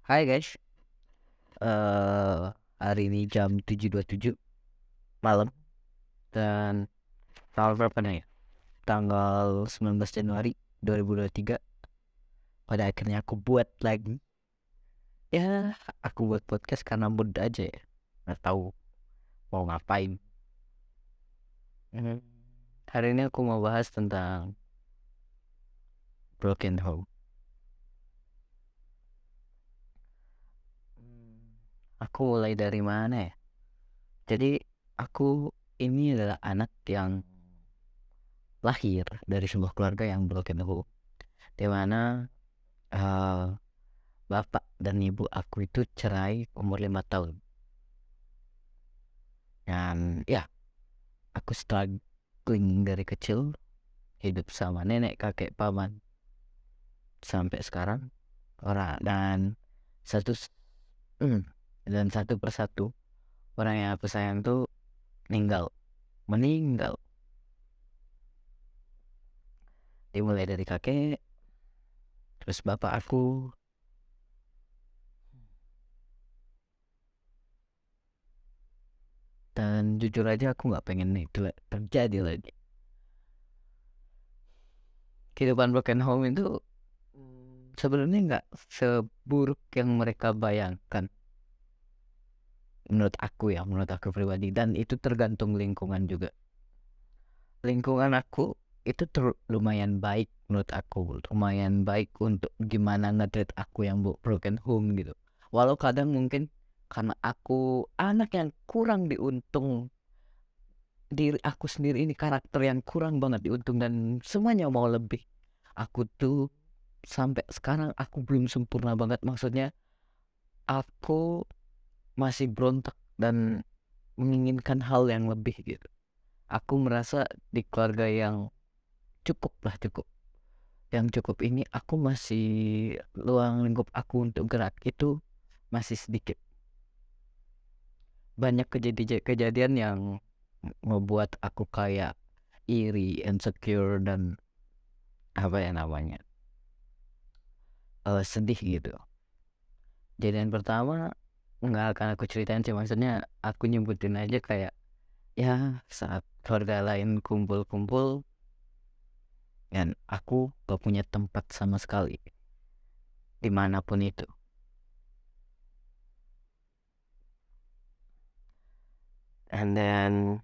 Hai guys, hari ini jam 7.27 malam dan tanggal berapa nih ya? Tanggal 19 Januari 2023. Pada akhirnya aku buat lagi. Ya, aku buat podcast karena mood aja ya. Nggak tahu mau ngapain. Hmm, Hari ini aku mau bahas tentang broken home. Aku mulai dari mana ya? Jadi aku ini adalah anak yang lahir dari sebuah keluarga yang broken home, di mana eh, bapak dan ibu aku itu cerai umur 5 tahun. Dan ya, aku struggling dari kecil, hidup sama nenek, kakek, paman sampai sekarang. Orang dan satu s- hmm, dan satu persatu orang yang aku sayang tuh meninggal. Dimulai dari kakek, terus bapak aku, dan jujur aja aku nggak pengen itu terjadi lagi. Kehidupan broken home itu sebenarnya nggak seburuk yang mereka bayangkan, menurut aku pribadi, dan itu tergantung lingkungan juga. Lingkungan aku itu lumayan baik, menurut aku lumayan baik untuk gimana ngedret aku yang broken home gitu. Walau kadang mungkin karena aku anak yang kurang diuntung, diri aku sendiri ini karakter yang kurang banget diuntung dan semuanya mau lebih. Aku tuh sampai sekarang aku belum sempurna banget, maksudnya aku masih berontak dan menginginkan hal yang lebih gitu. Aku merasa di keluarga yang cukup. Yang cukup ini aku masih, luang lingkup aku untuk gerak itu masih sedikit. Banyak kejadian yang membuat aku kayak iri, insecure, dan apa ya namanya, sedih gitu. Kejadian pertama nggak akan aku ceritain sih, maksudnya aku nyebutin aja kayak ya saat keluarga lain kumpul-kumpul dan aku gak punya tempat sama sekali dimanapun itu. And then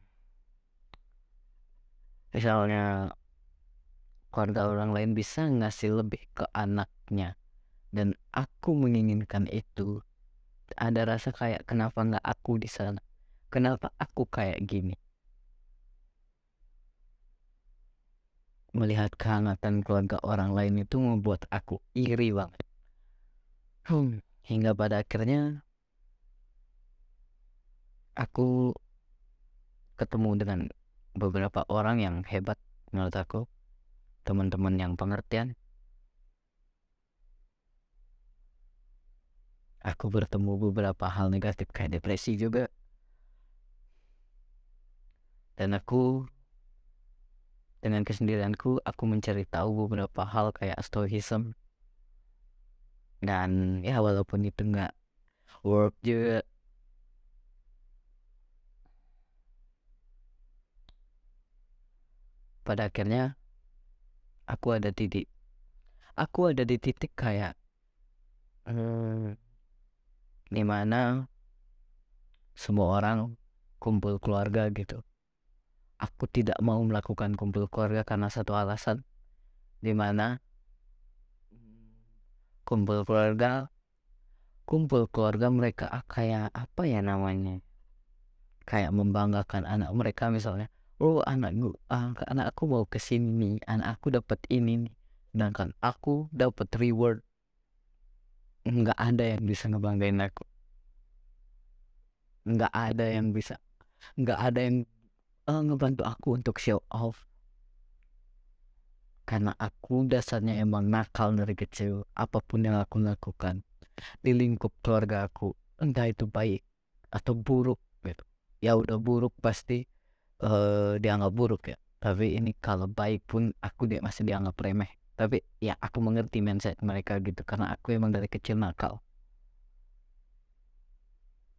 misalnya keluarga orang lain bisa ngasih lebih ke anaknya dan aku menginginkan itu, ada rasa kayak kenapa nggak aku di sana, kenapa aku kayak gini. Melihat kehangatan keluarga orang lain itu membuat aku iri banget. Hingga pada akhirnya aku ketemu dengan beberapa orang yang hebat, menurut aku teman-teman yang pengertian. Aku bertemu beberapa hal negatif kayak depresi juga, dan aku dengan kesendirianku aku mencari tahu beberapa hal kayak stoicism, dan ya walaupun itu nggak work juga, pada akhirnya aku ada titik aku ada di titik kayak hmm, dimana semua orang kumpul keluarga gitu. Aku tidak mau melakukan kumpul keluarga karena satu alasan, dimana kumpul keluarga kumpul keluarga mereka kayak apa ya namanya, kayak membanggakan anak mereka. Misalnya, oh anak aku mau kesini nih, anak aku dapat ini nih, sedangkan aku dapat reward. Nggak ada yang bisa ngebanggain aku, nggak ada yang bisa nggak ada yang ngebantu aku untuk show off, karena aku dasarnya emang nakal dari kecil. Apapun yang aku lakukan di lingkup keluarga aku, entah itu baik atau buruk gitu, ya udah buruk pasti dianggap buruk ya. Tapi ini kalau baik pun aku masih dianggap remeh. Tapi ya aku mengerti mindset mereka gitu karena aku emang dari kecil nakal.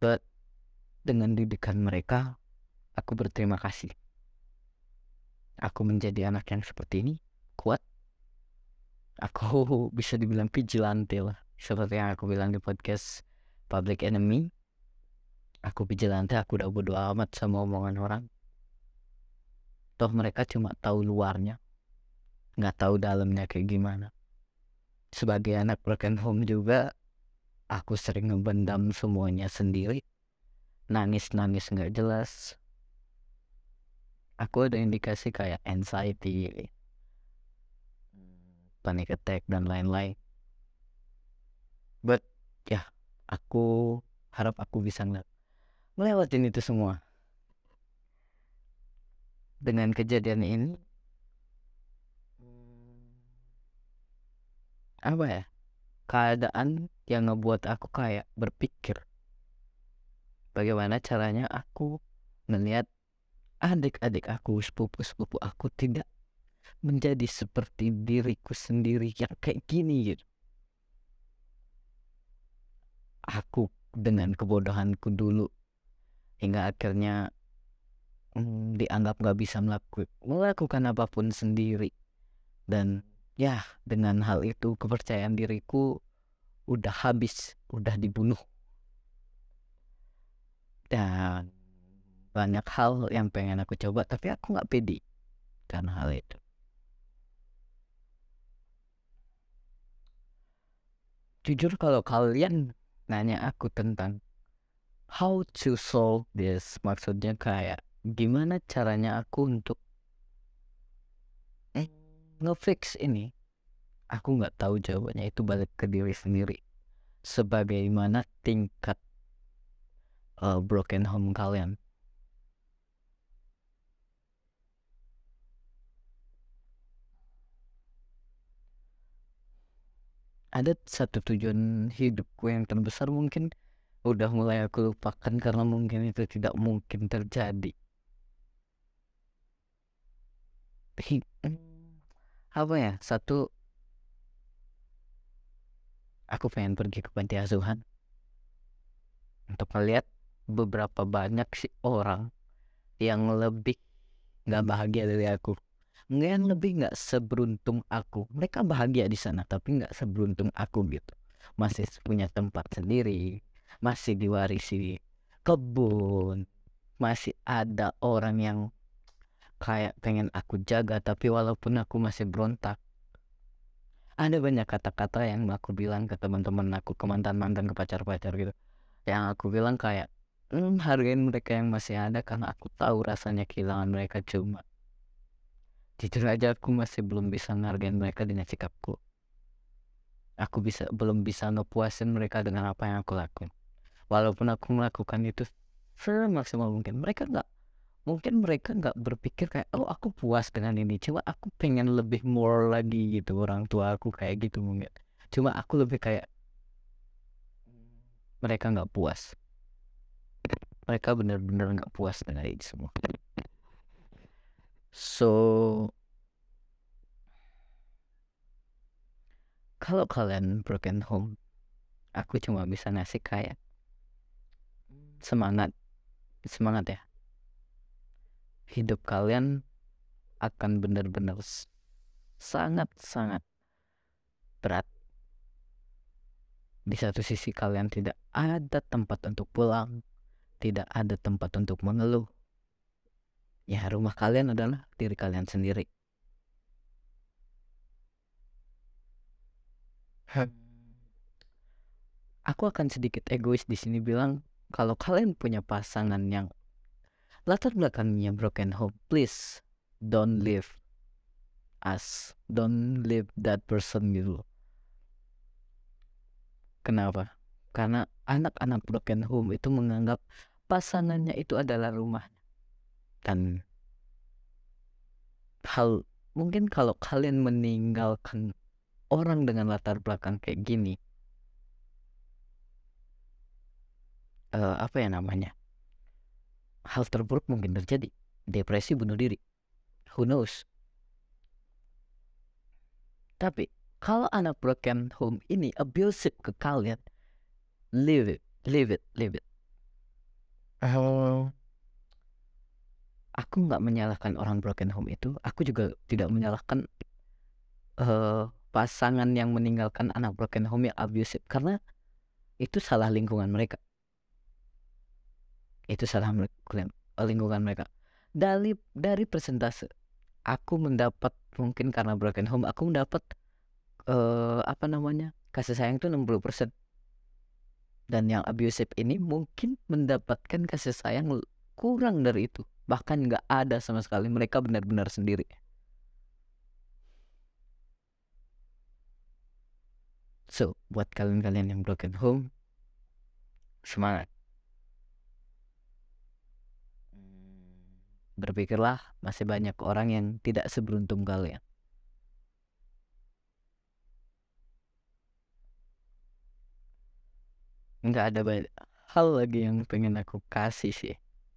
But dengan didikan mereka, aku berterima kasih. Aku menjadi anak yang seperti ini, kuat. Aku bisa dibilang vigilante lah. Seperti yang aku bilang di podcast Public Enemy. Aku vigilante, aku udah bodo amat sama omongan orang. Toh mereka cuma tahu luarnya, nggak tahu dalamnya kayak gimana. Sebagai anak broken home juga, aku sering ngebendam semuanya sendiri. Nangis-nangis nggak jelas. Aku ada indikasi kayak anxiety, panic attack, dan lain-lain. But ya, aku harap aku bisa ngelewatin itu semua. Dengan kejadian ini, apa ya, keadaan yang ngebuat aku kayak berpikir bagaimana caranya aku melihat adik-adik aku, sepupu-sepupu aku tidak menjadi seperti diriku sendiri yang kayak gini gitu. Aku dengan kebodohanku dulu hingga akhirnya dianggap gak bisa melakukan apapun sendiri. Dan ya, dengan hal itu kepercayaan diriku udah habis, udah dibunuh. Dan banyak hal yang pengen aku coba tapi aku gak pede karena hal itu. Jujur kalau kalian nanya aku tentang how to solve this, maksudnya kayak gimana caranya aku untuk ngefix ini, aku nggak tahu jawabannya. Itu balik ke diri sendiri, sebagaimana tingkat broken home kalian. Ada satu tujuan hidupku yang terbesar mungkin udah mulai aku lupakan karena mungkin itu tidak mungkin terjadi. Apa ya, satu, aku pengen pergi ke panti asuhan untuk melihat beberapa banyak sih orang yang lebih nggak bahagia dari aku, yang lebih nggak seberuntung aku. Mereka bahagia di sana tapi nggak seberuntung aku gitu. Masih punya tempat sendiri, masih diwarisi kebun, masih ada orang yang kayak pengen aku jaga. Tapi walaupun aku masih berontak, ada banyak kata-kata yang aku bilang ke teman-teman aku, ke mantan-mantan, ke pacar-pacar gitu, yang aku bilang kayak hargain mereka yang masih ada karena aku tahu rasanya kehilangan mereka. Cuma jujur aja aku masih belum bisa ngargain mereka dengan sikapku. Aku belum bisa ngepuasin mereka dengan apa yang aku lakuin. Walaupun aku melakukan itu semaksimal mungkin, mereka nggak berpikir kayak oh aku puas dengan ini. Cuma aku pengen lebih more lagi gitu. Orang tua aku kayak gitu mungkin. Cuma aku lebih kayak mereka nggak puas. Mereka benar-benar nggak puas dengan itu semua. So kalau kalian broken home, aku cuma bisa ngasih kayak semangat ya. Hidup kalian akan benar-benar sangat-sangat berat. Di satu sisi kalian tidak ada tempat untuk pulang, tidak ada tempat untuk mengeluh. Ya, rumah kalian adalah diri kalian sendiri. Aku akan sedikit egois di sini bilang kalau kalian punya pasangan yang latar belakangnya broken home, please don't leave that person gitu. Kenapa? Karena anak-anak broken home itu menganggap pasangannya itu adalah rumahnya. Dan mungkin kalau kalian meninggalkan orang dengan latar belakang kayak gini, apa ya namanya, hal terburuk mungkin terjadi, depresi, bunuh diri, who knows. Tapi kalau anak broken home ini abusive ke kalian, leave it. Oh, aku nggak menyalahkan orang broken home itu. Aku juga tidak menyalahkan pasangan yang meninggalkan anak broken home yang abusive, karena itu salah lingkungan mereka. Itu salah lingkungan mereka. Dari persentase aku mendapat, mungkin karena broken home aku mendapat apa namanya, kasih sayang itu 60%, dan yang abusive ini mungkin mendapatkan kasih sayang kurang dari itu, bahkan nggak ada sama sekali, mereka benar-benar sendiri. So buat kalian-kalian yang broken home, semangat. Berpikirlah, masih banyak orang yang tidak seberuntung kalian. Nggak ada banyak hal lagi yang pengen aku kasih sih.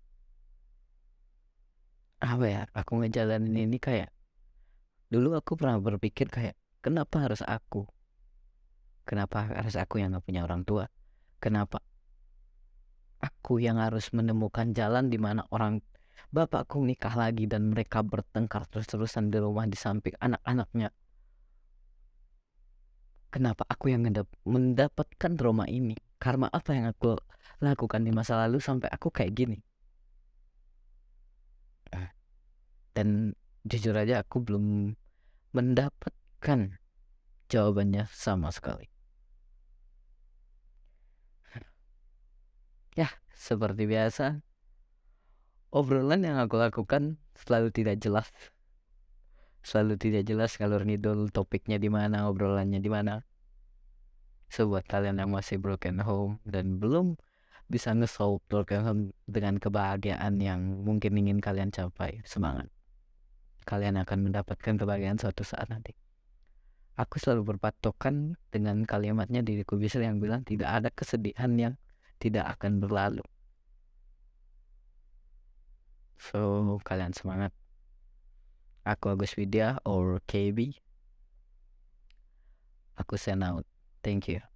Apa ya, aku ngejalanin ini kayak, dulu aku pernah berpikir kayak, kenapa harus aku yang nggak punya orang tua, kenapa aku yang harus menemukan jalan di mana orang bapakku nikah lagi dan mereka bertengkar terus-terusan di rumah di samping anak-anaknya. Kenapa aku yang mendapatkan trauma ini, karma apa yang aku lakukan di masa lalu sampai aku kayak gini. Dan jujur aja aku belum mendapatkan jawabannya sama sekali. Ya, seperti biasa, obrolan yang aku lakukan selalu tidak jelas. Selalu tidak jelas ngalur ngidul, topiknya di mana, obrolannya di mana. So buat kalian yang masih broken home dan belum bisa nge-solve broken home dengan kebahagiaan yang mungkin ingin kalian capai, semangat. Kalian akan mendapatkan kebahagiaan suatu saat nanti. Aku selalu berpatokan dengan kalimatnya Deddy Corbuzier yang bilang tidak ada kesedihan yang tidak akan berlalu. So kalian semangat. Aku Agus Widya or KB. Aku send out. Thank you.